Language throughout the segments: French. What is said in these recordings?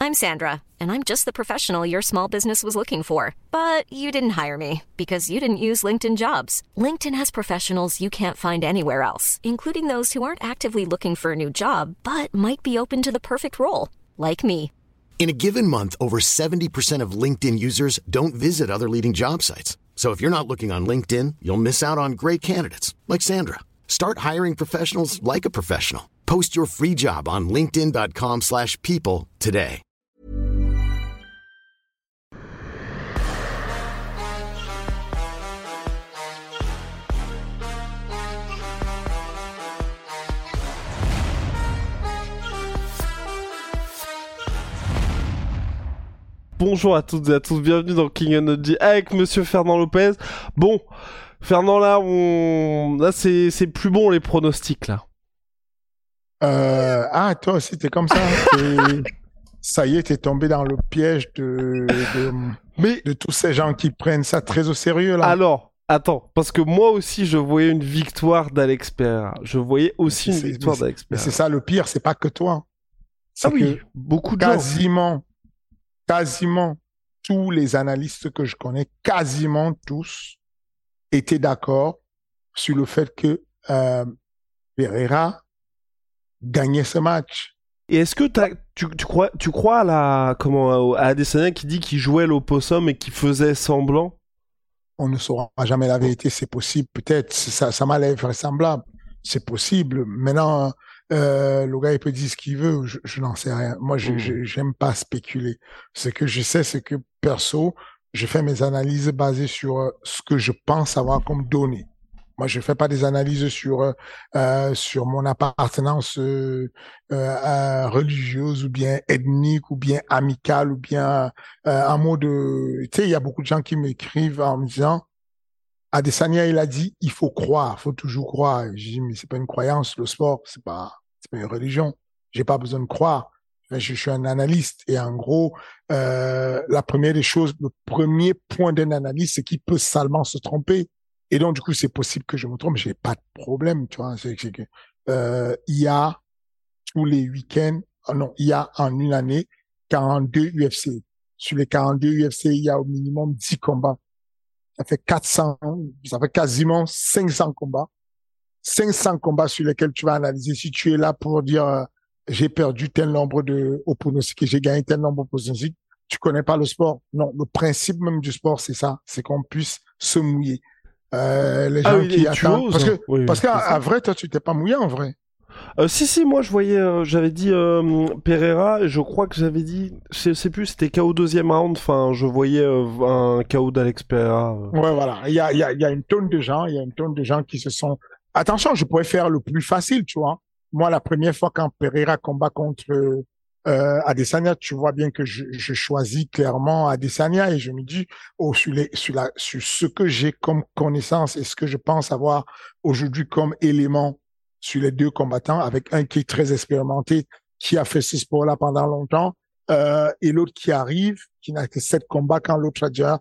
I'm Sandra, and I'm just the professional your small business was looking for. But you didn't hire me because you didn't use LinkedIn Jobs. LinkedIn has professionals you can't find anywhere else, including those who aren't actively looking for a new job, but might be open to the perfect role, like me. In a given month, over 70% of LinkedIn users don't visit other leading job sites. So if you're not looking on LinkedIn, you'll miss out on great candidates like Sandra. Start hiring professionals like a professional. Post your free job on linkedin.com/people today. Bonjour à toutes et à tous, bienvenue dans King Energy avec Monsieur Fernand Lopez. Bon, Fernand, là c'est plus bon les pronostics là. Toi aussi t'es comme ça. Ça y est, t'es tombé dans le piège de tous ces gens qui prennent ça très au sérieux là. Alors, attends, parce que moi aussi je voyais une victoire d'Alex Pereira. Je voyais aussi une victoire d'Alex Pereira. Mais c'est ça le pire, c'est pas que toi. Ah oui, beaucoup de gens. Quasiment tous les analystes que je connais, quasiment tous, étaient d'accord sur le fait que Pereira gagnait ce match. Et est-ce que tu crois à Adesanya qui dit qu'il jouait l'opossum et qu'il faisait semblant? On ne saura jamais la vérité, c'est possible, peut-être, ça m'a l'air vraisemblable, c'est possible. Maintenant, le gars, il peut dire ce qu'il veut, je n'en sais rien. Moi, j'aime pas spéculer. Ce que je sais, c'est que perso, je fais mes analyses basées sur ce que je pense avoir comme données. Moi, je fais pas des analyses sur mon appartenance religieuse ou bien ethnique ou bien amicale ou bien en mode. Tu sais, il y a beaucoup de gens qui m'écrivent en me disant Adesanya, il a dit, il faut croire, faut toujours croire. Je dis, mais c'est pas une croyance, le sport, c'est pas une religion. J'ai pas besoin de croire. Je suis un analyste. Et en gros, la première des choses, le premier point d'un analyste, c'est qu'il peut salement se tromper. Et donc, du coup, c'est possible que je me trompe. J'ai pas de problème, tu vois. C'est que, il y a tous les week-ends, il y a en une année 42 UFC. Sur les 42 UFC, il y a au minimum 10 combats. Ça fait quasiment 500 combats. 500 combats sur lesquels tu vas analyser. Si tu es là pour dire, j'ai perdu tel nombre de pronostics et j'ai gagné tel nombre de pronostics, tu connais pas le sport. Non, le principe même du sport, c'est ça. C'est qu'on puisse se mouiller. Les gens qui attendent. Parce qu'à vrai, toi, tu t'es pas mouillé en vrai. Si, moi je voyais, j'avais dit Pereira, et je crois que j'avais dit, je sais plus, c'était KO deuxième round, enfin, je voyais un KO d'Alex Pereira. Ouais, voilà, il y a une tonne de gens, qui se sont... Attention, je pourrais faire le plus facile, tu vois. Moi, la première fois quand Pereira combat contre Adesanya, tu vois bien que je choisis clairement Adesanya et je me dis, sur ce que j'ai comme connaissance et ce que je pense avoir aujourd'hui comme élément sur les deux combattants, avec un qui est très expérimenté, qui a fait ce sport-là pendant longtemps, et l'autre qui arrive, qui n'a que 7 combats quand l'autre a déjà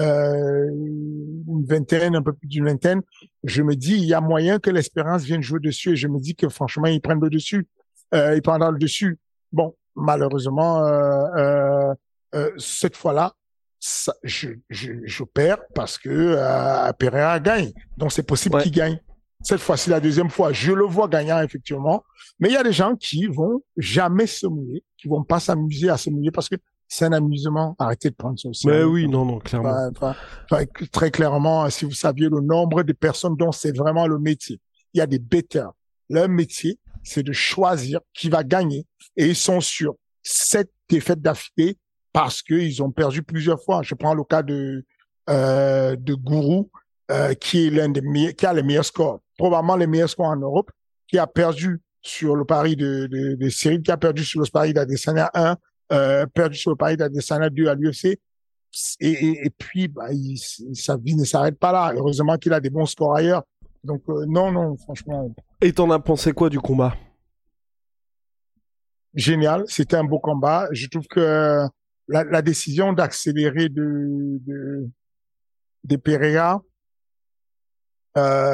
une vingtaine, un peu plus d'une vingtaine. Je me dis, il y a moyen que l'expérience vienne jouer dessus, et je me dis que franchement, ils prennent le dessus, ils prendront le dessus. Bon, malheureusement, cette fois-là, je perds parce que Pereira gagne. Donc c'est possible qu'il gagne. Cette fois-ci, la deuxième fois, je le vois gagnant, effectivement. Mais il y a des gens qui vont jamais se mouiller, qui vont pas s'amuser à se mouiller parce que c'est un amusement. Arrêtez de prendre ça aussi. Mais oui, non, clairement. Très clairement, si vous saviez le nombre de personnes dont c'est vraiment le métier. Il y a des betteurs. Leur métier, c'est de choisir qui va gagner. Et ils sont sur 7 défaites d'affilée parce qu'ils ont perdu plusieurs fois. Je prends le cas de Gourou, qui est l'un des meilleurs, qui a les meilleurs scores, probablement les meilleurs scores en Europe, qui a perdu sur le pari de Cyril, qui a perdu sur le pari d'Adesanya 1, perdu sur le pari d'Adesanya 2 à l'UFC. Et puis, sa vie ne s'arrête pas là. Heureusement qu'il a des bons scores ailleurs. Donc, non, franchement. Et t'en as pensé quoi du combat? Génial. C'était un beau combat. Je trouve que la décision d'accélérer de Pereira,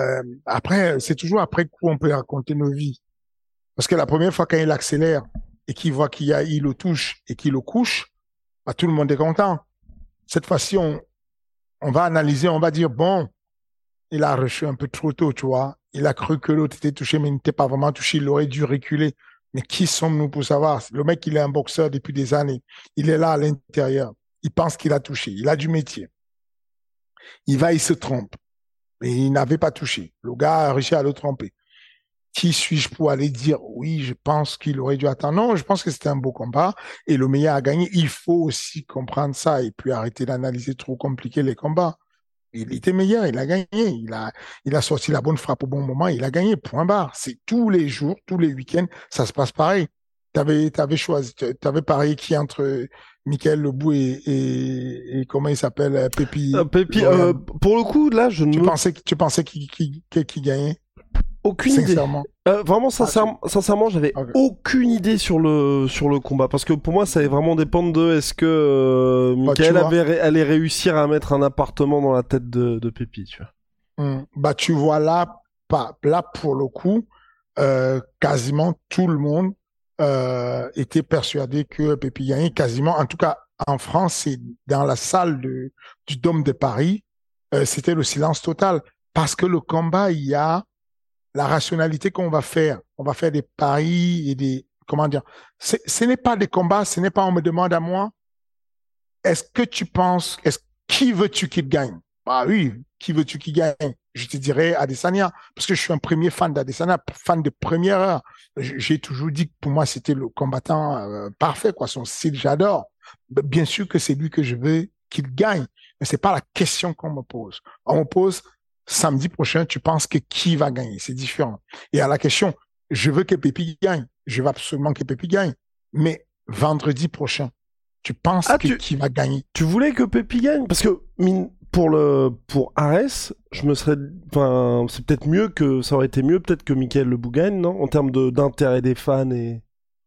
après, c'est toujours après coup on peut raconter nos vies. Parce que la première fois quand il accélère et qu'il voit il le touche et qu'il le couche, bah, tout le monde est content. Cette fois-ci, on va analyser, on va dire, bon, il a rushé un peu trop tôt, tu vois. Il a cru que l'autre était touché, mais il n'était pas vraiment touché. Il aurait dû reculer. Mais qui sommes-nous pour savoir? Le mec, il est un boxeur depuis des années. Il est là à l'intérieur. Il pense qu'il a touché. Il a du métier. Il se trompe. Et il n'avait pas touché. Le gars a réussi à le tromper. Qui suis-je pour aller dire oui, je pense qu'il aurait dû attendre? Non, je pense que c'était un beau combat et le meilleur a gagné. Il faut aussi comprendre ça et puis arrêter d'analyser trop compliqué les combats. Il était meilleur, il a gagné. Il a sorti la bonne frappe au bon moment, il a gagné. Point barre. C'est tous les jours, tous les week-ends, ça se passe pareil. T'avais parié qui entre Michael Lebou et comment il s'appelle, Pépi. Pépi, pour le coup, là, Tu pensais qui gagnait? Aucune Sincèrement. idée. Vraiment, sincèrement, j'avais aucune idée sur le combat. Parce que pour moi, ça allait vraiment dépendre de est-ce que Michael allait réussir à mettre un appartement dans la tête de Pépi, tu vois. Bah, tu vois, là, pour le coup, quasiment tout le monde était persuadé que Pépi gagnait. Quasiment, en tout cas, en France, et dans la salle du Dôme de Paris, c'était le silence total. Parce que le combat, il y a la rationalité qu'on va faire. On va faire des paris et comment dire. Ce n'est pas des combats, ce n'est pas on me demande à moi, est-ce que tu penses, qui veux-tu qu'il gagne? Bah oui, qui veux-tu qu'il gagne? Je te dirais Adesanya, parce que je suis un premier fan d'Adesanya, fan de première heure. J'ai toujours dit que pour moi, c'était le combattant parfait, quoi. Son style, j'adore. Bien sûr que c'est lui que je veux qu'il gagne, mais c'est pas la question qu'on me pose. On me pose, samedi prochain, tu penses que qui va gagner? C'est différent. Et à la question, je veux que Pépi gagne. Je veux absolument que Pépi gagne. Mais vendredi prochain, tu penses qui va gagner? Tu voulais que Pépi gagne? Parce que pour Ares, c'est peut-être mieux que ça aurait été mieux peut-être que Michael Lebou gagne, non? En termes d'intérêt des fans et.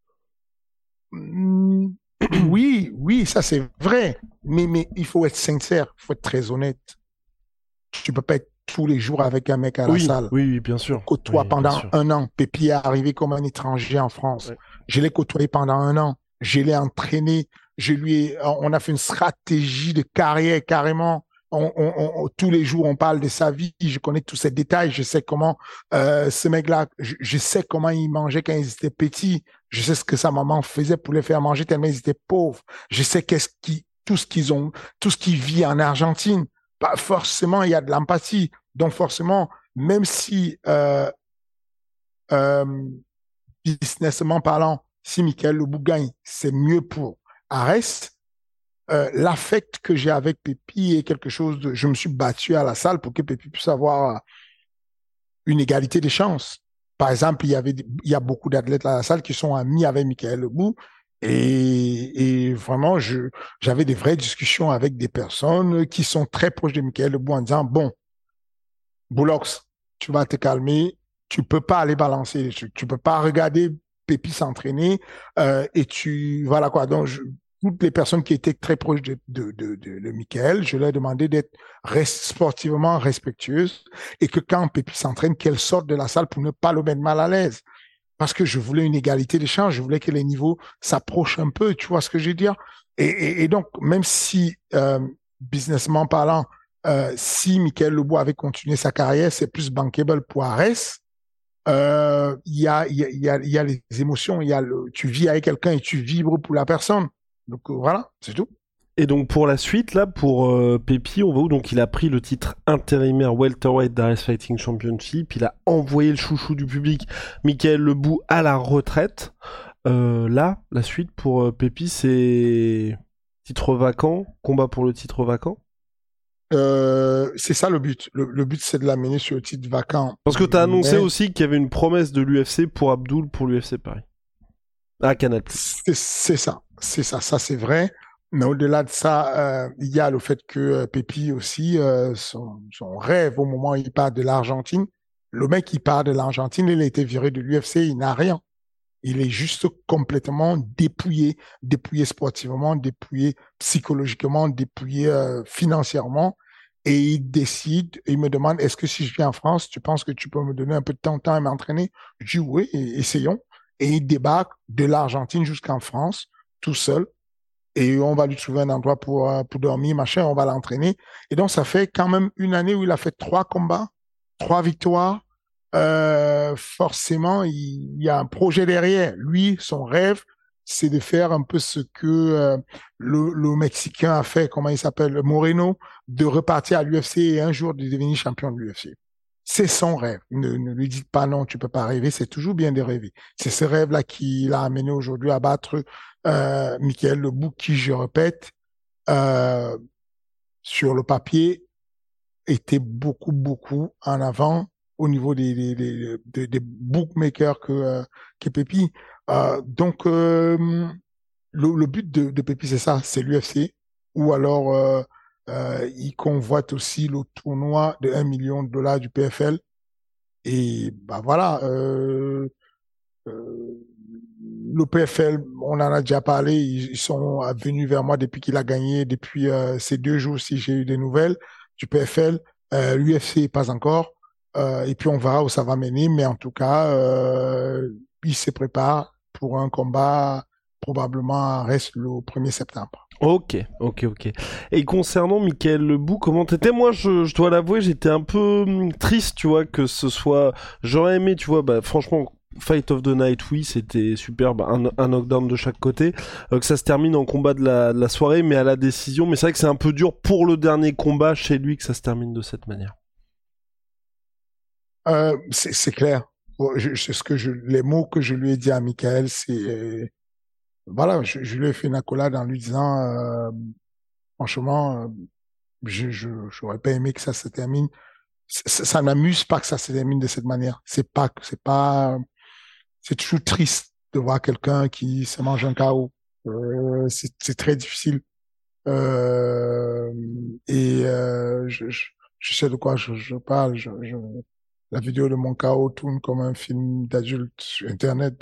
Oui, ça c'est vrai. Mais il faut être sincère, il faut être très honnête. Tu peux pas être tous les jours avec un mec à la salle. Oui, bien sûr. Côtoie pendant un an. Pépi est arrivé comme un étranger en France. Ouais. Je l'ai côtoyé pendant un an. Je l'ai entraîné. On a fait une stratégie de carrière carrément. Tous les jours, on parle de sa vie. Je connais tous ces détails. Je sais comment ce mec-là, je sais comment il mangeait quand ils étaient petits. Je sais ce que sa maman faisait pour les faire manger tellement ils étaient pauvres. Je sais tout ce qu'il vit en Argentine. Bah, forcément, il y a de l'empathie. Donc, forcément, même si, businessment parlant, si Michael Lebou gagne, c'est mieux pour Ares. L'affect que j'ai avec Pépi est quelque chose je me suis battu à la salle pour que Pépi puisse avoir une égalité des chances. Par exemple, il y a beaucoup d'athlètes à la salle qui sont amis avec Michael Lebou. Et vraiment, j'avais des vraies discussions avec des personnes qui sont très proches de Michael Lebou en disant, bon, Boulox, tu vas te calmer, tu peux pas aller balancer les trucs, tu peux pas regarder Pépi s'entraîner voilà quoi. Donc, toutes les personnes qui étaient très proches de Michael, je leur ai demandé d'être sportivement respectueuses et que quand Pépi s'entraîne, qu'elle sorte de la salle pour ne pas le mettre mal à l'aise. Parce que je voulais une égalité d'échange, je voulais que les niveaux s'approchent un peu, tu vois ce que je veux dire? Et donc, même si, businessment parlant, si Michael Lebou avait continué sa carrière, c'est plus bankable pour Ares. Il y a les émotions, tu vis avec quelqu'un et tu vibres pour la personne. Donc voilà, c'est tout. Et donc pour la suite, là, pour Pépi, on va où? Donc il a pris le titre intérimaire welterweight d'Ares Fighting Championship, il a envoyé le chouchou du public, Michael Lebou, à la retraite. Là, la suite pour Pépi, c'est titre vacant, combat pour le titre vacant. C'est ça le but. Le but, c'est de l'amener sur le titre vacant. Parce que tu as annoncé aussi qu'il y avait une promesse de l'UFC pour Abdul pour l'UFC Paris. À Canal+. C'est ça, ça c'est vrai. Mais au-delà de ça, il y a le fait que Pépi aussi, son rêve au moment où il part de l'Argentine, le mec il part de l'Argentine, il a été viré de l'UFC, il n'a rien. Il est juste complètement dépouillé sportivement, dépouillé psychologiquement, dépouillé financièrement. Et il me demande, est-ce que si je viens en France, tu penses que tu peux me donner un peu de temps et m'entraîner? Je dis oui, essayons. et il débarque de l'Argentine jusqu'en France, tout seul. Et on va lui trouver un endroit pour dormir, machin, on va l'entraîner. Et donc, ça fait quand même une année où il a fait 3 combats, 3 victoires. Forcément, il y a un projet derrière. Lui, son rêve, c'est de faire un peu ce que le Mexicain a fait, comment il s'appelle, Moreno, de repartir à l'UFC et un jour de devenir champion de l'UFC. C'est son rêve. Ne lui dites pas non, tu peux pas rêver. C'est toujours bien de rêver. C'est ce rêve-là qui l'a amené aujourd'hui à battre Michael Lebouc, qui, je répète, euh, sur le papier, était beaucoup en avant au niveau des bookmakers que Pépi. Donc, le but de Pépi, c'est ça, c'est l'UFC. Ou alors, il convoite aussi le tournoi de 1 million de dollars du PFL. Et bah voilà, le PFL, on en a déjà parlé, ils sont venus vers moi depuis qu'il a gagné, depuis ces 2 jours, si j'ai eu des nouvelles du PFL. L'UFC, pas encore. Et puis on verra où ça va mener, mais en tout cas, il se prépare pour un combat probablement reste le 1er septembre. Ok. Et concernant Michael Lebouc, comment t'étais? Moi, je dois l'avouer, j'étais un peu triste, tu vois, que ce soit... J'aurais aimé, tu vois, bah franchement... Fight of the Night, oui, c'était super, bah, un knockdown de chaque côté, que ça se termine en combat de la soirée, mais à la décision. Mais c'est vrai que c'est un peu dur pour le dernier combat chez lui que ça se termine de cette manière. C'est clair. C'est les mots que je lui ai dit à Michael, c'est voilà, je lui ai fait une accolade en lui disant franchement, j'aurais pas aimé que ça se termine. Ça m'amuse pas que ça se termine de cette manière. C'est toujours triste de voir quelqu'un qui se mange un KO. C'est très difficile. Euh, je sais de quoi je parle. La vidéo de mon KO tourne comme un film d'adulte sur Internet.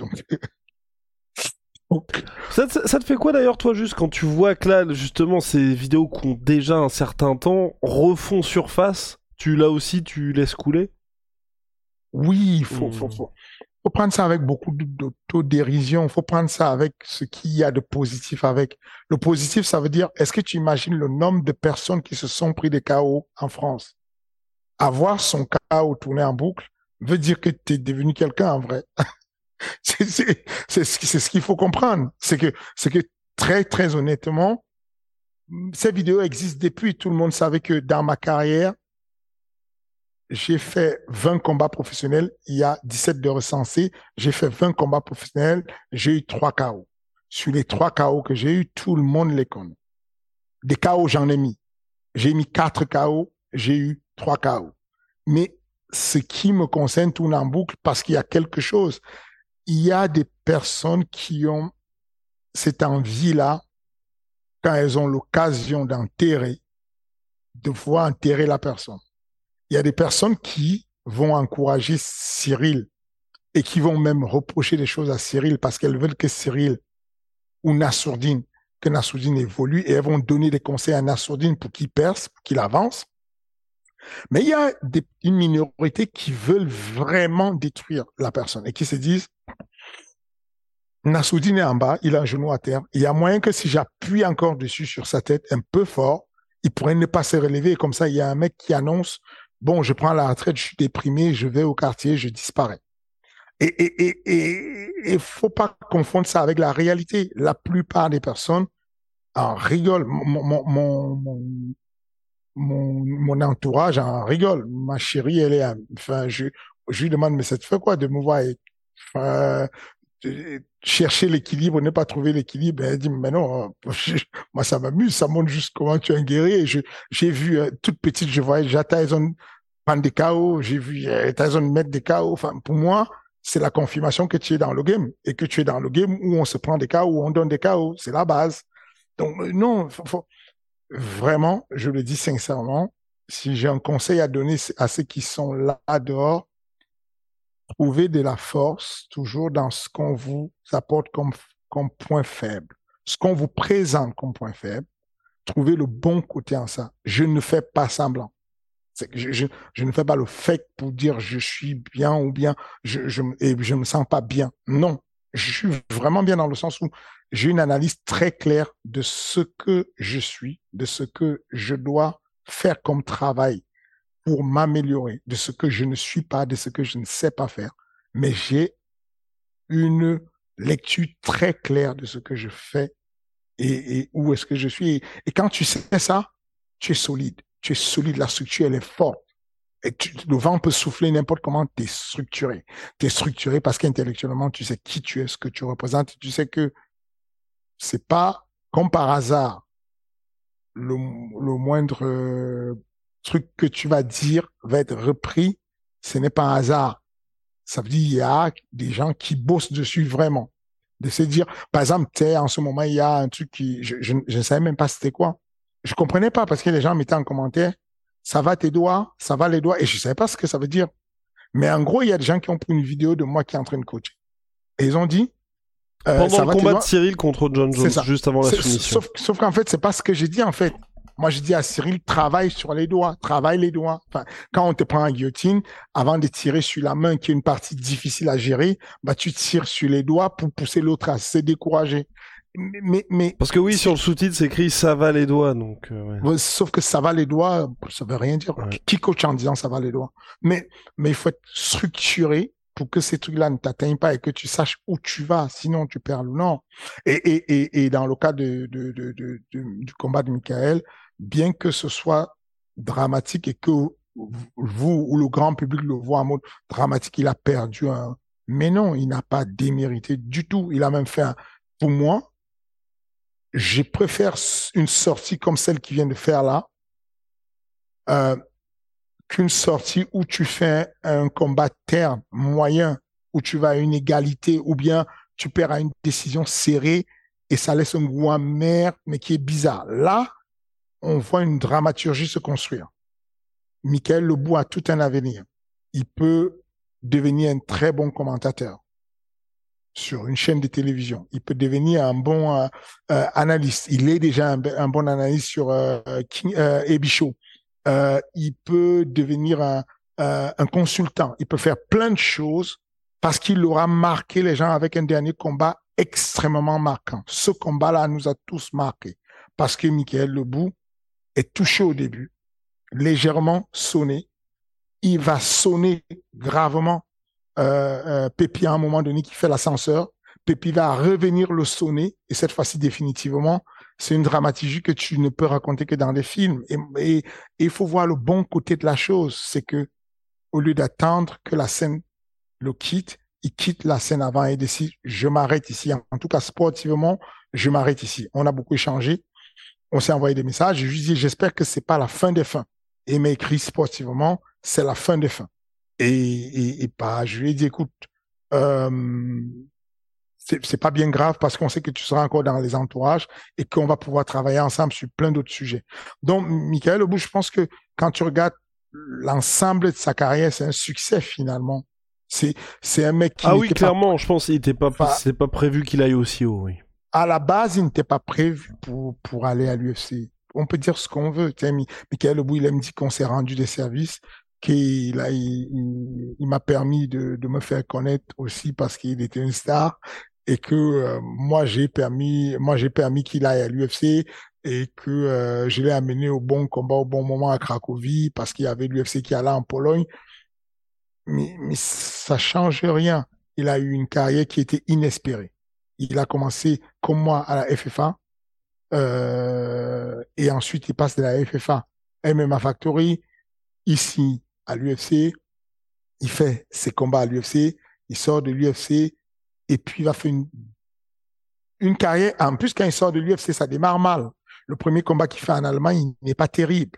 Donc, Ça te fait quoi d'ailleurs, toi, juste quand tu vois que là, justement, ces vidéos qui ont déjà un certain temps refont surface, là aussi, tu laisses couler? oui, faut prendre ça avec beaucoup d'autodérision. Faut prendre ça avec ce qu'il y a de positif avec. Le positif, ça veut dire, est-ce que tu imagines le nombre de personnes qui se sont pris des KO en France? Avoir son KO tourné en boucle veut dire que tu es devenu quelqu'un en vrai. C'est ce qu'il faut comprendre. C'est que très honnêtement, ces vidéos existent depuis. Tout le monde savait que dans ma carrière, j'ai fait 20 combats professionnels. Il y a 17 de recensés. J'ai fait 20 combats professionnels. J'ai eu 3 KO. Sur les 3 KO que j'ai eu, tout le monde les connaît. Des KO, j'en ai mis. J'ai mis 4 KO. J'ai eu 3 KO. Mais ce qui me concerne tourne en boucle parce qu'il y a quelque chose. Il y a des personnes qui ont cette envie-là, quand elles ont l'occasion d'enterrer, de voir enterrer la personne. Il y a des personnes qui vont encourager Cyril et qui vont même reprocher des choses à Cyril parce qu'elles veulent que Cyril ou Nassourdine, que Nassourdine évolue, et elles vont donner des conseils à Nassourdine pour qu'il perce, pour qu'il avance. Mais il y a une minorité qui veulent vraiment détruire la personne et qui se disent Nassourdine est en bas, il a un genou à terre. Il y a moyen que si j'appuie encore dessus sur sa tête un peu fort, il pourrait ne pas se relever. Et comme ça, il y a un mec qui annonce bon, je prends la retraite, je suis déprimé, je vais au quartier, je disparais. Et faut pas confondre ça avec la réalité. La plupart des personnes en rigolent. Mon entourage en rigole. Ma chérie, elle est, enfin, je lui demande, mais ça te fait quoi de me voir enfin, chercher l'équilibre, ne pas trouver l'équilibre. Elle dit, mais non, moi, ça m'amuse, ça montre juste comment tu es un guerrier. J'ai vu, toute petite, je voyais déjà Tyson prendre des KO, j'ai vu Tyson mettre des KO. Enfin, pour moi, c'est la confirmation que tu es dans le game et que tu es dans le game où on se prend des KO, où on donne des KO. C'est la base. Donc, non, vraiment, je le dis sincèrement, si j'ai un conseil à donner à ceux qui sont là dehors, trouvez de la force toujours dans ce qu'on vous apporte comme point faible. Ce qu'on vous présente comme point faible, trouvez le bon côté en ça. Je ne fais pas semblant. Je ne fais pas le fake pour dire je suis bien ou bien et je me sens pas bien. Non, Je suis vraiment bien dans le sens où j'ai une analyse très claire de ce que je suis, de ce que je dois faire comme travail pour m'améliorer, de ce que je ne suis pas, de ce que je ne sais pas faire. Mais j'ai une lecture très claire de ce que je fais et où est-ce que je suis. Et quand tu sais ça, tu es solide. Tu es solide, la structure, elle est forte. Et le vent peut souffler n'importe comment, tu es structuré. Tu es structuré parce qu'intellectuellement, tu sais qui tu es, ce que tu représentes. Tu sais que c'est pas comme par hasard le moindre truc que tu vas dire va être repris. Ce n'est pas un hasard. Ça veut dire qu'il y a des gens qui bossent dessus vraiment. De se dire, par exemple, tu sais, en ce moment, il y a un truc qui, je ne savais même pas c'était quoi. Je comprenais pas parce que les gens mettaient en commentaire, ça va tes doigts, ça va les doigts, et je savais pas ce que ça veut dire. Mais en gros, il y a des gens qui ont pris une vidéo de moi qui est en train de coacher. Et ils ont dit, Pendant ça le va tes combat de doigts. Cyril contre John C'est Jones, ça. juste avant la soumission. Sauf qu'en fait, c'est pas ce que j'ai dit, en fait. Moi, je dis à Cyril, travaille sur les doigts, travaille les doigts. Enfin, quand on te prend en guillotine, avant de tirer sur la main, qui est une partie difficile à gérer, bah, tu tires sur les doigts pour pousser l'autre à se décourager. Mais Parce que oui, sur le sous-titre, c'est écrit ça va les doigts, donc ouais. sauf que ça va les doigts, ça veut rien dire. Ouais. Qui coach en disant ça va les doigts? Mais il faut être structuré pour que ces trucs-là ne t'atteignent pas et que tu saches où tu vas, sinon tu perds le nord. Et dans le cas du combat de Michael, bien que ce soit dramatique et que vous ou le grand public le voit en mode dramatique, il a perdu un... Mais non, il n'a pas démérité du tout. Il a même fait un... Pour moi, je préfère une sortie comme celle qu'il vient de faire là, euh, qu'une sortie où tu fais un combat terme, moyen, où tu vas à une égalité, ou bien tu perds à une décision serrée et ça laisse un goût amer, mais qui est bizarre. Là, on voit une dramaturgie se construire. Michael Lebou a tout un avenir. Il peut devenir un très bon commentateur sur une chaîne de télévision. Il peut devenir un bon analyste. Il est déjà un bon analyste sur AB Show. Il peut devenir un consultant. Il peut faire plein de choses parce qu'il aura marqué les gens avec un dernier combat extrêmement marquant. Ce combat-là nous a tous marqués parce que Michael Lebou est touché au début, légèrement sonné. Il va sonner gravement Pépi à un moment donné qui fait l'ascenseur. Pépi va revenir le sonner et cette fois-ci définitivement, c'est une dramaturgie que tu ne peux raconter que dans des films. Et il faut voir le bon côté de la chose, c'est que au lieu d'attendre que la scène le quitte, il quitte la scène avant et décide je m'arrête ici. En tout cas sportivement, je m'arrête ici. On a beaucoup échangé, on s'est envoyé des messages. Je lui dis j'espère que c'est pas la fin des fins. Et il m'a écrit sportivement, c'est la fin des fins. Et bah, je lui ai dit, écoute, c'est pas bien grave parce qu'on sait que tu seras encore dans les entourages et qu'on va pouvoir travailler ensemble sur plein d'autres sujets. Donc, Michael Lebou, je pense que quand tu regardes l'ensemble de sa carrière, c'est un succès finalement. C'est un mec qui Ah oui, n'était clairement, je pense qu'il n'était pas, Enfin, c'est pas prévu qu'il aille aussi haut, oui. à la base, il n'était pas prévu pour aller à l'UFC. On peut dire ce qu'on veut. Tu sais, Michael Lebou, il aime dire qu'on s'est rendu des services, qu'il a, il m'a permis de me faire connaître aussi parce qu'il était une star et que moi j'ai permis qu'il aille à l'UFC et que je l'ai amené au bon combat au bon moment à Cracovie parce qu'il y avait l'UFC qui allait en Pologne. Mais ça change rien. Il a eu une carrière qui était inespérée. Il a commencé comme moi à la FFA et ensuite il passe de la FFA MMA Factory ici à l'UFC. Il fait ses combats à l'UFC, il sort de l'UFC et puis il va faire une carrière. En plus, quand il sort de l'UFC, ça démarre mal. Le premier combat qu'il fait en Allemagne, il n'est pas terrible.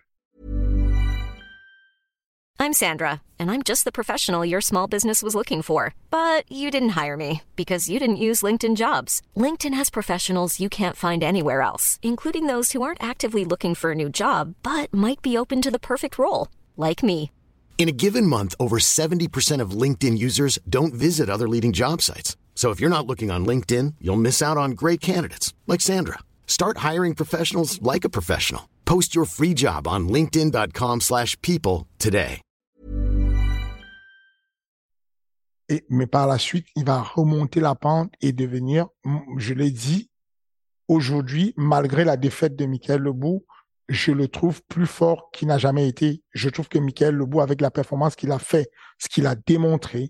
I'm Sandra, and I'm just the professional your small business was looking for. But you didn't hire me because you didn't use LinkedIn Jobs. LinkedIn has professionals you can't find anywhere else, including those who aren't actively looking for a new job, but might be open to the perfect role, like me. In a given month, over 70% of LinkedIn users don't visit other leading job sites. So if you're not looking on LinkedIn, you'll miss out on great candidates like Sandra. Start hiring professionals like a professional. Post your free job on linkedin.com/people today. mais par la suite, il va remonter la pente et devenir, je l'ai dit, aujourd'hui, malgré la défaite de Michael Lebou, je le trouve plus fort qu'il n'a jamais été. Je trouve que Michael Lebou, avec la performance qu'il a fait, ce qu'il a démontré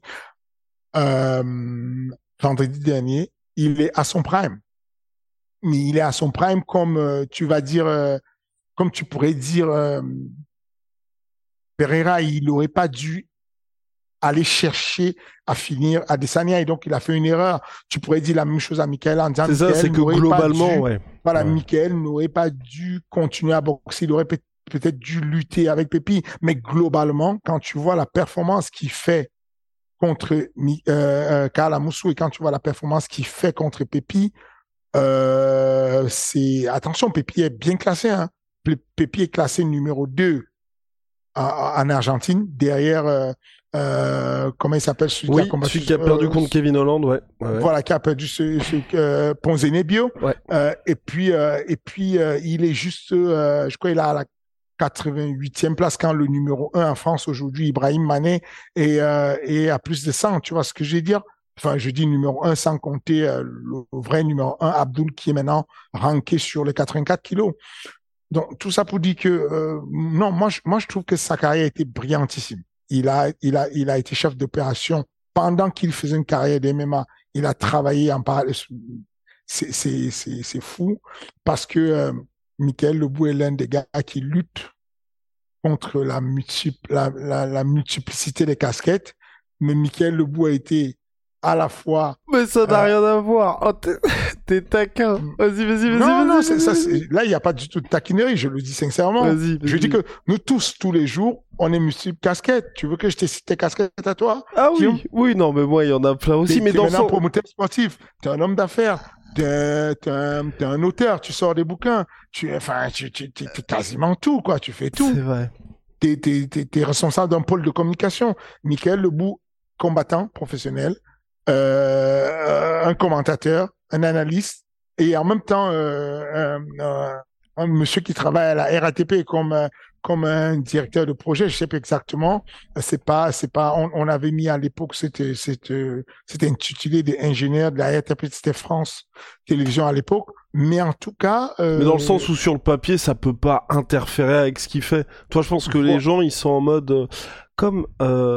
vendredi dernier, il est à son prime. Mais il est à son prime comme tu vas dire, comme tu pourrais dire, Pereira, il n'aurait pas dû aller chercher à finir à Adesanya et donc il a fait une erreur. Tu pourrais dire la même chose à Michael en disant c'est ça, c'est que globalement, voilà, Michael n'aurait pas dû continuer à boxer, il aurait peut-être dû lutter avec Pepi, mais globalement, quand tu vois la performance qu'il fait contre Karl Amoussou et quand tu vois la performance qu'il fait contre Pepi, attention, Pepi est bien classé, hein. Pepi est classé numéro 2 en Argentine, derrière comment il s'appelle celui qui a perdu contre Kevin Holland, ouais. Voilà, qui a perdu Ponzinibbio. Ouais. Et puis il est juste, je crois, il a la 88e place quand le numéro 1 en France aujourd'hui, Ibrahim Mané, est à plus de 100. Tu vois ce que je veux dire? Enfin, je dis numéro 1 sans compter le vrai numéro 1, Abdul, qui est maintenant ranké sur les 84 kilos. Donc, tout ça pour dire que, non, moi, je trouve que sa carrière a été brillantissime. Il a été chef d'opération pendant qu'il faisait une carrière d'MMA. Il a travaillé en parallèle. C'est fou parce que Michael Lebou est l'un des gars qui lutte contre la multiplicité des casquettes. Mais Michael Lebou a été à la fois... Mais ça n'a rien à voir. Oh, t'es taquin. Vas-y. Non, là, il n'y a pas du tout de taquinerie, je le dis sincèrement. Vas-y. Je dis que nous tous, tous les jours, on est multiples casquettes. Tu veux que je te cite tes casquettes à toi? Ah oui, non, mais moi, il y en a plein aussi. Mais dans maintenant promoteur sportif, t'es un homme d'affaires, t'es un auteur, tu sors des bouquins, t'es quasiment tout, quoi. Tu fais tout. C'est vrai. T'es responsable d'un pôle de communication. Michael Lebou, combattant professionnel, un commentateur, un analyste et en même temps un monsieur qui travaille à la RATP comme un directeur de projet, je sais pas exactement. C'est pas. On avait mis à l'époque c'était intitulé des ingénieurs de la RATP, c'était France Télévisions à l'époque. Mais en tout cas, mais dans le sens où sur le papier ça peut pas interférer avec ce qu'il fait. Toi, je pense que les gens ils sont en mode comme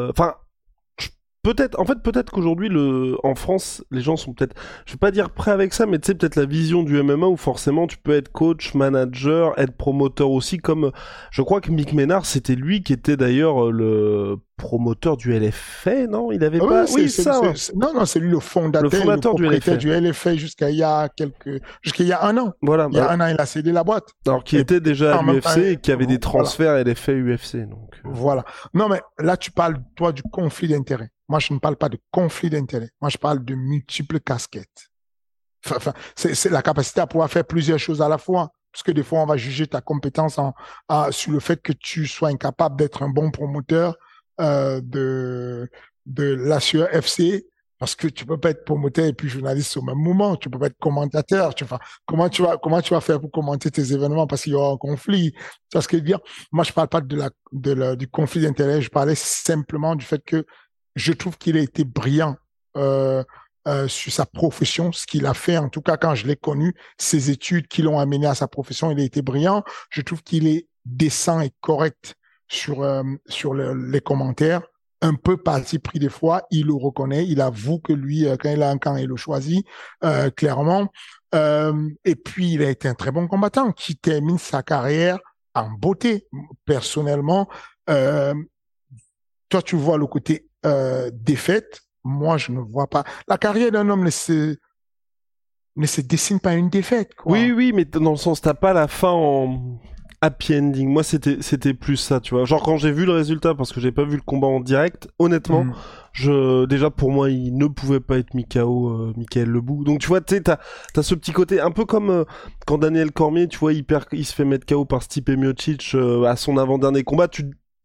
peut-être qu'aujourd'hui, en France, les gens sont peut-être, je vais pas dire prêts avec ça, mais tu sais, peut-être la vision du MMA où forcément tu peux être coach, manager, être promoteur aussi, comme, je crois que Mick Ménard, c'était lui qui était d'ailleurs le promoteur du LFA, non? Il avait pas, non, c'est lui le fondateur du LFA jusqu'à il y a un an. Voilà. Il y a un an, il a cédé la boîte. Alors qu'il était déjà à l'UFC et qui avait des transferts LFA-UFC, donc. Voilà. Non, mais là, tu parles, toi, du conflit d'intérêts. Moi, je ne parle pas de conflit d'intérêts. Moi, je parle de multiples casquettes. Enfin, c'est la capacité à pouvoir faire plusieurs choses à la fois. Parce que des fois, on va juger ta compétence sur le fait que tu sois incapable d'être un bon promoteur de l'Assure FC. Parce que tu peux pas être promoteur et puis journaliste au même moment. Tu peux pas être commentateur. Comment tu vas faire pour commenter tes événements parce qu'il y aura un conflit? Tu vois ce que je veux dire? Moi, je parle pas du conflit d'intérêts. Je parlais simplement du fait que je trouve qu'il a été brillant sur sa profession, ce qu'il a fait, en tout cas quand je l'ai connu, ses études qui l'ont amené à sa profession, il a été brillant. Je trouve qu'il est décent et correct sur les commentaires, un peu parti pris des fois, il le reconnaît, il avoue que lui, quand il a un camp, il le choisit, clairement. Et puis, il a été un très bon combattant qui termine sa carrière en beauté, personnellement. Toi, tu vois le côté défaite, moi je ne vois pas. La carrière d'un homme ne se dessine pas une défaite, quoi. Oui, mais dans le sens, t'as pas la fin en happy ending. Moi, c'était plus ça, tu vois. Genre, quand j'ai vu le résultat, parce que j'ai pas vu le combat en direct, honnêtement, déjà, pour moi, il ne pouvait pas être Michael Lebou. Donc, tu vois, tu sais, t'as ce petit côté, un peu comme quand Daniel Cormier, tu vois, il se fait mettre KO par Stipe Miocic à son avant-dernier combat, tu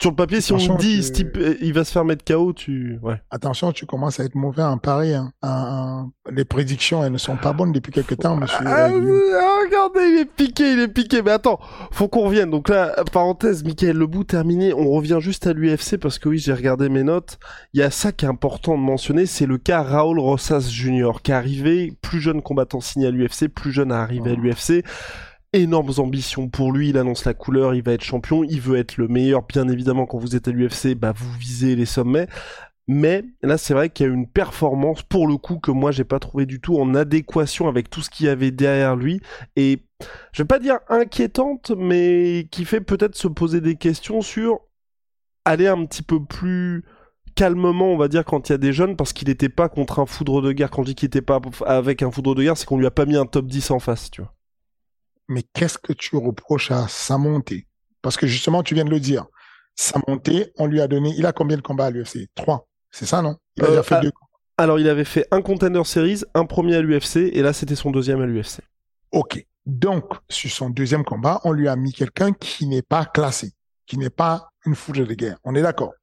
Sur le papier, si on Attention, dit tu- ce type, il va se faire mettre KO, ouais. Attention, tu commences à être mauvais en pari. Hein. Les prédictions, elles ne sont pas bonnes depuis quelque temps, monsieur. Regardez, il est piqué. Mais attends, faut qu'on revienne. Donc là, parenthèse, Michael Lebou terminé. On revient juste à l'UFC parce que oui, j'ai regardé mes notes. Il y a ça qui est important de mentionner, c'est le cas Raúl Rosas Jr. qui est arrivé, plus jeune combattant signé à l'UFC, plus jeune à arriver à l'UFC. Énormes ambitions pour lui, il annonce la couleur, il va être champion, il veut être le meilleur. Bien évidemment, quand vous êtes à l'UFC, vous visez les sommets. Mais là, c'est vrai qu'il y a une performance, pour le coup, que moi, j'ai pas trouvé du tout en adéquation avec tout ce qu'il y avait derrière lui. Et je vais pas dire inquiétante, mais qui fait peut-être se poser des questions sur aller un petit peu plus calmement, on va dire, quand il y a des jeunes, parce qu'il était pas contre un foudre de guerre. Quand je dis qu'il était pas avec un foudre de guerre, c'est qu'on lui a pas mis un top 10 en face, tu vois. Mais qu'est-ce que tu reproches à sa montée? Parce que justement, tu viens de le dire. Sa montée, on lui a donné. Il a combien de combats à l'UFC? 3. C'est ça, non? Il a déjà fait 2. Alors, il avait fait un Contender Series, un premier à l'UFC, et là, c'était son deuxième à l'UFC. OK. Donc, sur son deuxième combat, on lui a mis quelqu'un qui n'est pas classé, qui n'est pas une foudre de guerre. On est d'accord?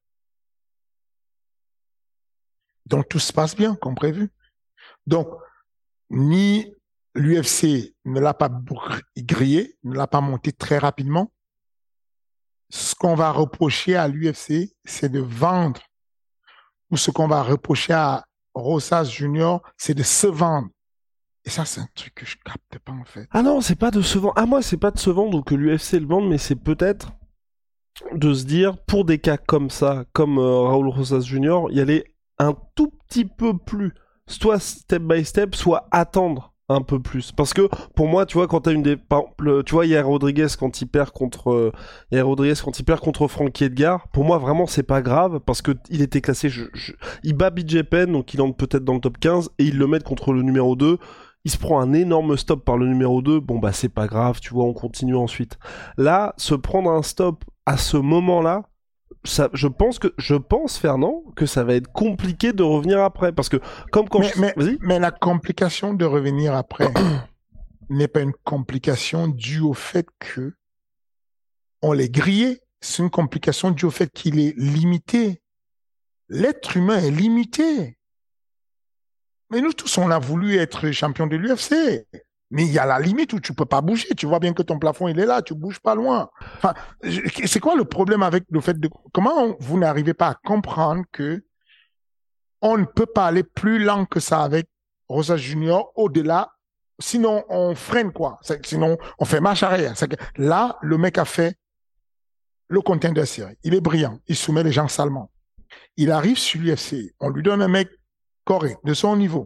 Donc, tout se passe bien, comme prévu. Donc, ni l'UFC ne l'a pas grillé, ne l'a pas monté très rapidement. Ce qu'on va reprocher à l'UFC, c'est de vendre. Ou ce qu'on va reprocher à Rosas Junior, c'est de se vendre. Et ça, c'est un truc que je capte pas, en fait. Ah non, c'est pas de se vendre. Ah, moi, c'est pas de se vendre ou que l'UFC le vende, mais c'est peut-être de se dire, pour des cas comme ça, comme Raúl Rosas Jr., y aller un tout petit peu plus, soit step by step, soit attendre un peu plus. Parce que, pour moi, tu vois, quand t'as par exemple, tu vois, Yair Rodriguez quand il perd contre Frankie Edgar, pour moi, vraiment, c'est pas grave, parce que il était classé, il bat BJ Penn, donc il entre peut-être dans le top 15, et il le met contre le numéro 2, il se prend un énorme stop par le numéro 2, bon c'est pas grave, tu vois, on continue ensuite. Là, se prendre un stop à ce moment-là, je pense, Fernand, que ça va être compliqué de revenir après, parce que comme quand mais la complication de revenir après n'est pas une complication due au fait que on l'est grillé, c'est une complication due au fait qu'il est limité. L'être humain est limité. Mais nous tous, on a voulu être champion de l'UFC. Mais il y a la limite où tu peux pas bouger. Tu vois bien que ton plafond, il est là. Tu bouges pas loin. Enfin, c'est quoi le problème avec le fait de... Comment vous n'arrivez pas à comprendre que on ne peut pas aller plus lent que ça avec Rosas Junior au-delà. Sinon, on freine quoi. Sinon, on fait marche arrière. Là, le mec a fait le contender série. Il est brillant. Il soumet les gens salement. Il arrive sur l'UFC. On lui donne un mec correct, de son niveau.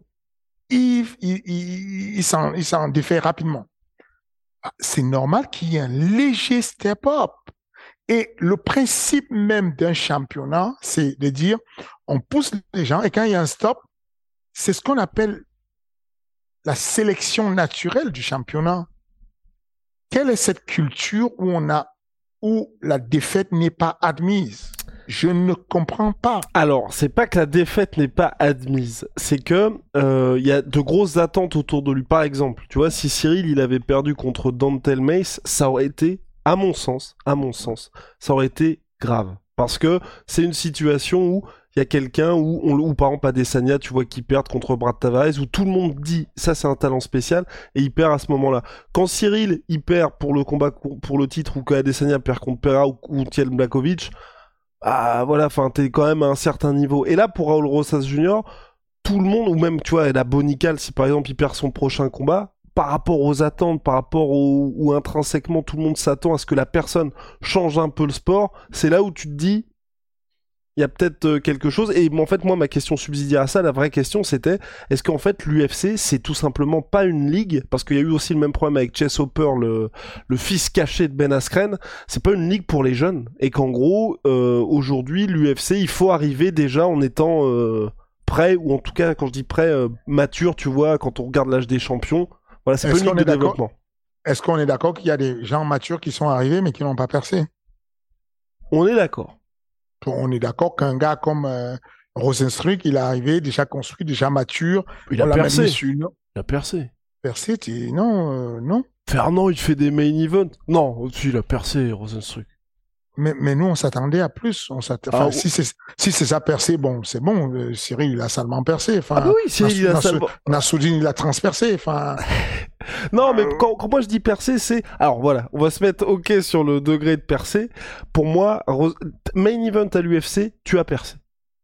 Il s'en défait rapidement. C'est normal qu'il y ait un léger step-up. Et le principe même d'un championnat, c'est de dire, on pousse les gens, et quand il y a un stop, c'est ce qu'on appelle la sélection naturelle du championnat. Quelle est cette culture où la défaite n'est pas admise? Je ne comprends pas. Alors, c'est pas que la défaite n'est pas admise, c'est que y a de grosses attentes autour de lui. Par exemple, tu vois, si Cyril il avait perdu contre Dontel Mace, ça aurait été, à mon sens, ça aurait été grave. Parce que c'est une situation où il y a quelqu'un où par exemple Adesanya, tu vois, qui perd contre Brad Tavares, où tout le monde dit ça c'est un talent spécial, et il perd à ce moment-là. Quand Cyril il perd pour le combat pour le titre, ou que Adesanya perd contre Pereira ou Thiel Blakovic, ah voilà, enfin t'es quand même à un certain niveau. Et là pour Raúl Rosas Jr., tout le monde, ou même tu vois la Bonical, si par exemple il perd son prochain combat, par rapport aux attentes, par rapport où intrinsèquement tout le monde s'attend à ce que la personne change un peu le sport, c'est là où tu te dis il y a peut-être quelque chose. Et en fait, moi, ma question subsidiaire à ça, la vraie question, c'était est-ce qu'en fait, l'UFC, c'est tout simplement pas une ligue? Parce qu'il y a eu aussi le même problème avec Chase Hopper, le fils caché de Ben Askren. C'est pas une ligue pour les jeunes. Et qu'en gros, aujourd'hui, l'UFC, il faut arriver déjà en étant prêt, ou en tout cas, quand je dis prêt, mature, tu vois, quand on regarde l'âge des champions. Voilà, c'est pas une ligue de développement. Est-ce qu'on est d'accord qu'il y a des gens matures qui sont arrivés, mais qui n'ont pas percé? On est d'accord. On est d'accord qu'un gars comme Rosenstruck, il est arrivé, déjà construit, déjà mature. Il a percé. Il a percé. Percé, non. Fernand, il fait des main events. Non, si, il a percé, Rosenstruck. Mais nous, on s'attendait à plus. Enfin, Ah, si c'est ça percé, bon, c'est bon. Cyril, il a salement percé. ah bah Enfin, oui, Cyril, il a salement... Nassoudine, il a transpercé. Enfin, Non, mais quand moi je dis percé, c'est... Alors voilà, on va se mettre OK sur le degré de percé. Pour moi, main event à l'UFC, tu as percé.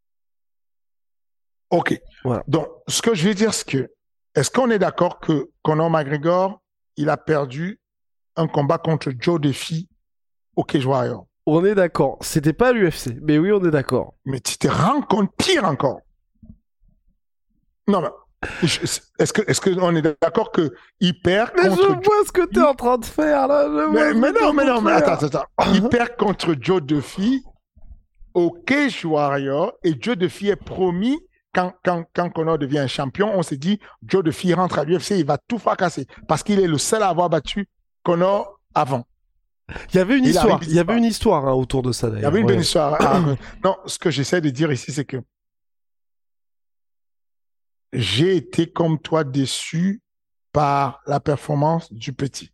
OK. Voilà. Donc, ce que je veux dire, c'est que, est-ce qu'on est d'accord que Conor McGregor, il a perdu un combat contre Joe Duffy au Cage Warrior? On est d'accord. C'était pas à l'UFC, mais oui, on est d'accord. Mais tu te rends compte, pire encore. Non, mais est-ce qu'on est d'accord que il perd Mais contre... je vois ce que t'es en train de faire, là. Mais attends. Il perd contre Joe Duffy au Cage Warrior et Joe Duffy est promis quand Conor devient un champion, on s'est dit Joe Duffy rentre à l'UFC, il va tout fracasser parce qu'il est le seul à avoir battu Conor avant. Il y avait une histoire hein, autour de ça d'ailleurs. Il y avait une bonne histoire. Non, ce que j'essaie de dire ici, c'est que j'ai été comme toi déçu par la performance du petit.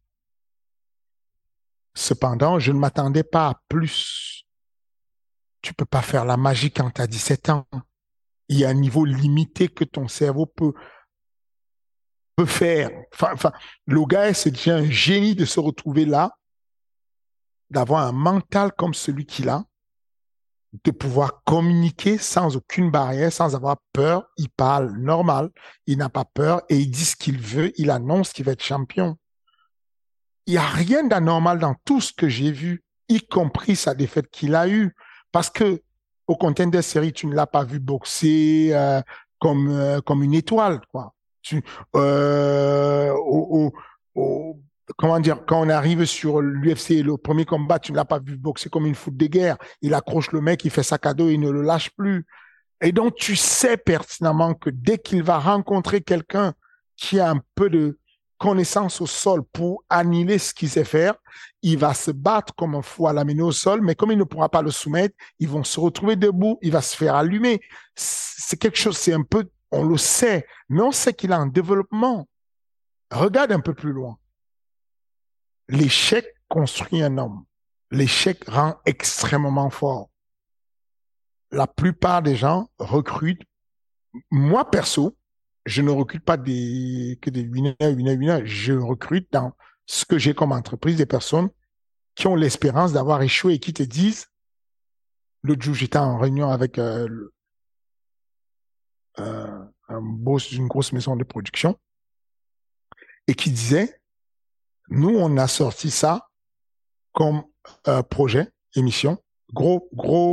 Cependant, je ne m'attendais pas à plus. Tu peux pas faire la magie quand tu as 17 ans. Il y a un niveau limité que ton cerveau peut faire. Enfin, le gars, c'est déjà un génie de se retrouver là, d'avoir un mental comme celui qu'il a, de pouvoir communiquer sans aucune barrière, sans avoir peur. Il parle normal, il n'a pas peur et il dit ce qu'il veut, il annonce qu'il va être champion. Il n'y a rien d'anormal dans tout ce que j'ai vu, y compris sa défaite qu'il a eue. Parce que au Contender Series, tu ne l'as pas vu boxer comme une étoile, quoi. Comment dire, quand on arrive sur l'UFC, le premier combat, tu ne l'as pas vu boxer comme une foot de guerre. Il accroche le mec, il fait sac à dos, il ne le lâche plus. Et donc, tu sais pertinemment que dès qu'il va rencontrer quelqu'un qui a un peu de connaissance au sol pour annihiler ce qu'il sait faire, il va se battre comme un fou à l'amener au sol, mais comme il ne pourra pas le soumettre, ils vont se retrouver debout, il va se faire allumer. C'est quelque chose, c'est un peu, on le sait, mais on sait qu'il est en développement. Regarde un peu plus loin. L'échec construit un homme. L'échec rend extrêmement fort. La plupart des gens recrutent. Moi, perso, je ne recrute pas que des winners. Je recrute dans ce que j'ai comme entreprise des personnes qui ont l'espérance d'avoir échoué et qui te disent, l'autre jour, j'étais en réunion avec un boss d'une grosse maison de production et qui disait, nous, on a sorti ça comme projet, émission, gros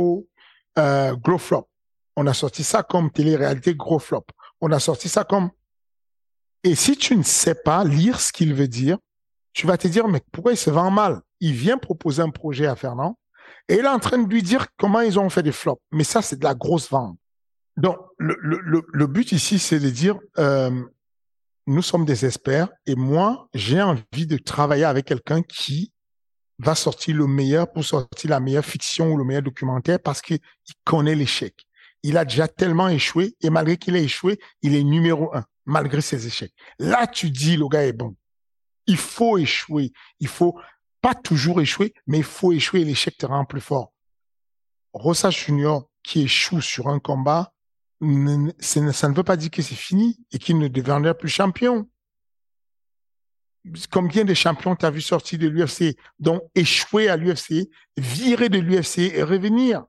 flop. On a sorti ça comme télé-réalité, gros flop. On a sorti ça comme... Et si tu ne sais pas lire ce qu'il veut dire, tu vas te dire, mais pourquoi il se vend mal? Il vient proposer un projet à Fernand et il est en train de lui dire comment ils ont fait des flops. Mais ça, c'est de la grosse vente. Donc, le but ici, c'est de dire, nous sommes des experts et moi, j'ai envie de travailler avec quelqu'un qui va sortir le meilleur pour sortir la meilleure fiction ou le meilleur documentaire parce qu'il connaît l'échec. Il a déjà tellement échoué et malgré qu'il ait échoué, il est numéro 1 malgré ses échecs. Là, tu dis, le gars est bon. Il faut échouer. Il faut pas toujours échouer, mais il faut échouer et l'échec te rend plus fort. Rosa Junior qui échoue sur un combat, ça ne veut pas dire que c'est fini et qu'il ne deviendra plus champion. Combien de champions t'as vu sortir de l'UFC, donc échouer à l'UFC, virer de l'UFC et revenir?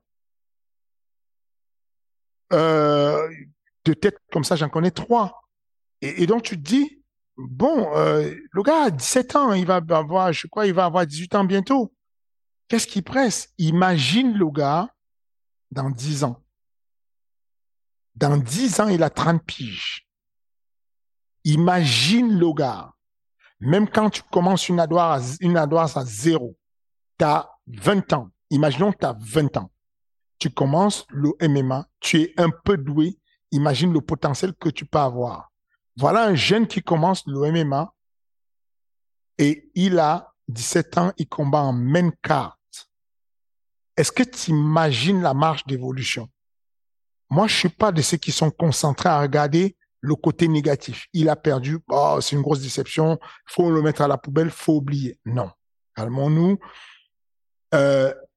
De tête comme ça, j'en connais 3. Et donc tu te dis, bon, le gars a 17 ans, il va avoir 18 ans bientôt. Qu'est-ce qui presse? Imagine le gars dans 10 ans. Dans 10 ans, il a 30 piges. Imagine le gars. Même quand tu commences une ardoise à 0, tu as 20 ans. Imaginons que tu as 20 ans. Tu commences le MMA, tu es un peu doué. Imagine le potentiel que tu peux avoir. Voilà un jeune qui commence le MMA et il a 17 ans, il combat en main card. Est-ce que tu imagines la marge d'évolution? Moi, je suis pas de ceux qui sont concentrés à regarder le côté négatif. Il a perdu, oh, c'est une grosse déception, faut le mettre à la poubelle, faut oublier. Non, calmons-nous.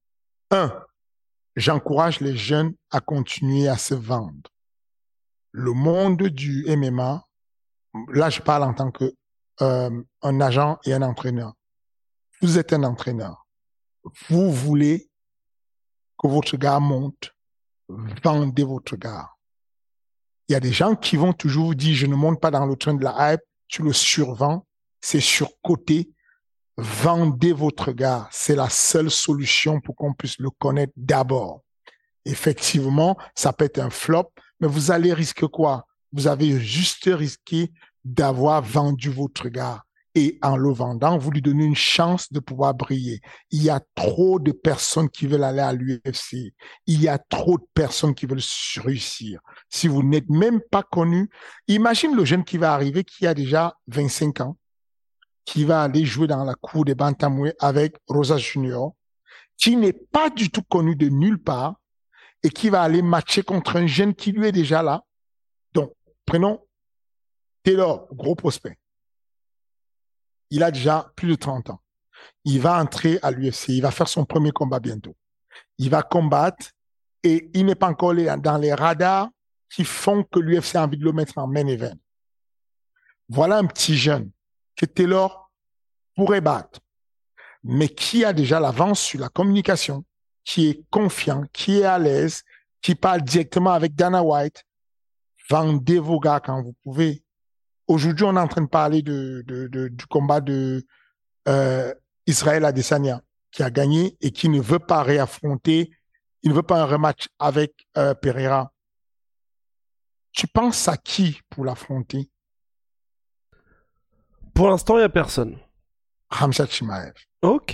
J'encourage les jeunes à continuer à se vendre. Le monde du MMA, là, je parle en tant que un agent et un entraîneur. Vous êtes un entraîneur. Vous voulez que votre gars monte, vendez votre gars. Il y a des gens qui vont toujours vous dire, je ne monte pas dans le train de la hype, tu le survends, c'est surcoté. Vendez votre gars. C'est la seule solution pour qu'on puisse le connaître d'abord. Effectivement, ça peut être un flop, mais vous allez risquer quoi? Vous avez juste risqué d'avoir vendu votre gars. Et en le vendant, vous lui donnez une chance de pouvoir briller. Il y a trop de personnes qui veulent aller à l'UFC. Il y a trop de personnes qui veulent réussir. Si vous n'êtes même pas connu, imagine le jeune qui va arriver, qui a déjà 25 ans, qui va aller jouer dans la cour des bantamweight avec Rosa Junior, qui n'est pas du tout connu de nulle part et qui va aller matcher contre un jeune qui lui est déjà là. Donc, prenons Taylor, gros prospect. Il a déjà plus de 30 ans. Il va entrer à l'UFC. Il va faire son premier combat bientôt. Il va combattre et il n'est pas encore dans les radars qui font que l'UFC a envie de le mettre en main event. Voilà un petit jeune que Taylor pourrait battre, mais qui a déjà l'avance sur la communication, qui est confiant, qui est à l'aise, qui parle directement avec Dana White. Vendez vos gars quand vous pouvez. Aujourd'hui, on est en train de parler du combat de Israël Adesanya, qui a gagné et qui ne veut pas réaffronter, il ne veut pas un rematch avec Pereira. Tu penses à qui pour l'affronter? Pour l'instant, il n'y a personne. Khamzat Chimaev. Ok.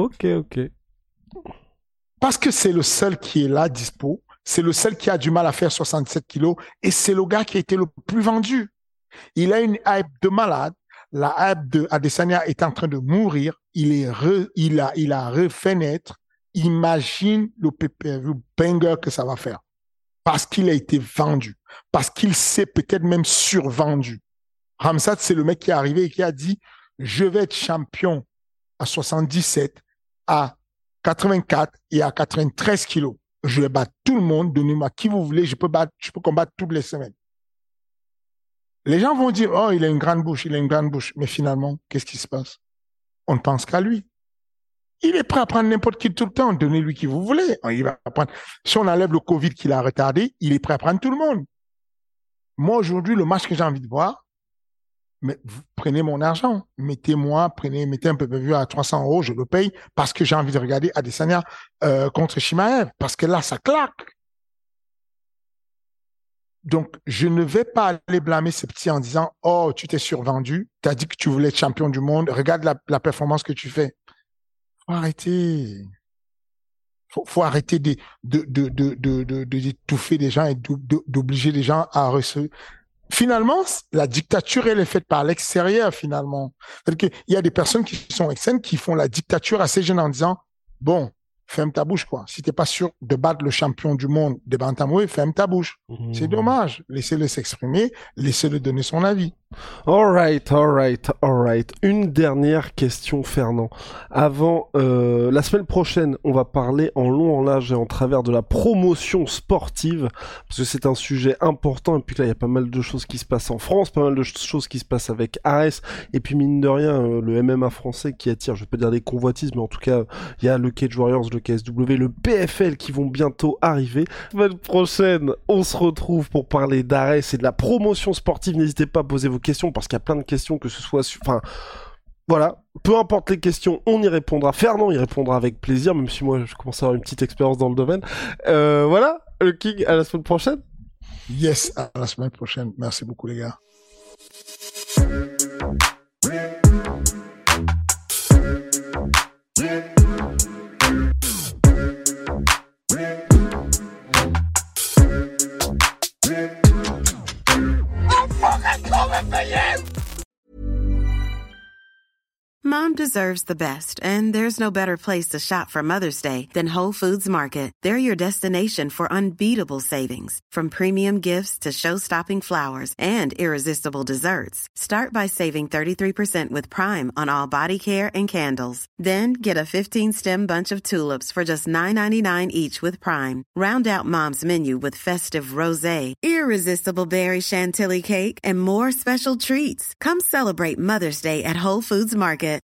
Parce que c'est le seul qui est là, dispo. C'est le seul qui a du mal à faire 67 kilos. Et c'est le gars qui a été le plus vendu. Il a une hype de malade. La hype de Adesanya est en train de mourir. Il a refait naître. Imagine le pay-per-view banger que ça va faire. Parce qu'il a été vendu. Parce qu'il s'est peut-être même survendu. Khamzat, c'est le mec qui est arrivé et qui a dit, je vais être champion à 77, à 84 et à 93 kilos. Je vais battre tout le monde, donnez-moi qui vous voulez, je peux combattre toutes les semaines. Les gens vont dire, oh, il a une grande bouche. Mais finalement, qu'est-ce qui se passe? On ne pense qu'à lui. Il est prêt à prendre n'importe qui tout le temps. Donnez-lui qui vous voulez. Il va prendre. Si on enlève le Covid qu'il a retardé, il est prêt à prendre tout le monde. Moi, aujourd'hui, le match que j'ai envie de voir, mais vous prenez mon argent, mettez un peu à 300 €, je le paye parce que j'ai envie de regarder Adesanya contre Chimaev, parce que là, ça claque. Donc, je ne vais pas aller blâmer ces petits en disant, oh, tu t'es survendu, tu as dit que tu voulais être champion du monde, regarde la performance que tu fais. Faut arrêter. Faut arrêter d'étouffer des gens et d'obliger les gens à recevoir. Finalement, la dictature, elle est faite par l'extérieur, finalement. C'est-à-dire qu'il y a des personnes qui sont externes qui font la dictature à ces jeunes en disant, bon, ferme ta bouche, quoi. Si t'es pas sûr de battre le champion du monde des bantamweight, ferme ta bouche. C'est dommage. Laissez-le s'exprimer, laissez-le donner son avis. All right. Une dernière question, Fernand. Avant, la semaine prochaine, on va parler en long, en large et en travers de la promotion sportive, parce que c'est un sujet important, et puis là, il y a pas mal de choses qui se passent en France, pas mal de choses qui se passent avec Ares, et puis mine de rien, le MMA français qui attire, je vais pas dire des convoitises, mais en tout cas, il y a le Cage Warriors, le KSW, le PFL qui vont bientôt arriver. La semaine prochaine, on se retrouve pour parler d'Ares et de la promotion sportive. N'hésitez pas à poser vos questions, parce qu'il y a plein de questions, que ce soit enfin, voilà, peu importe les questions, on y répondra. Fernand y répondra avec plaisir, même si moi je commence à avoir une petite expérience dans le domaine. Voilà, le King, à la semaine prochaine. Yes, à la semaine prochaine. Merci beaucoup, les gars. Mom deserves the best, and there's no better place to shop for Mother's Day than Whole Foods Market. They're your destination for unbeatable savings, from premium gifts to show-stopping flowers and irresistible desserts. Start by saving 33% with Prime on all body care and candles. Then get a 15-stem bunch of tulips for just $9.99 each with Prime. Round out Mom's menu with festive rosé, irresistible berry chantilly cake, and more special treats. Come celebrate Mother's Day at Whole Foods Market.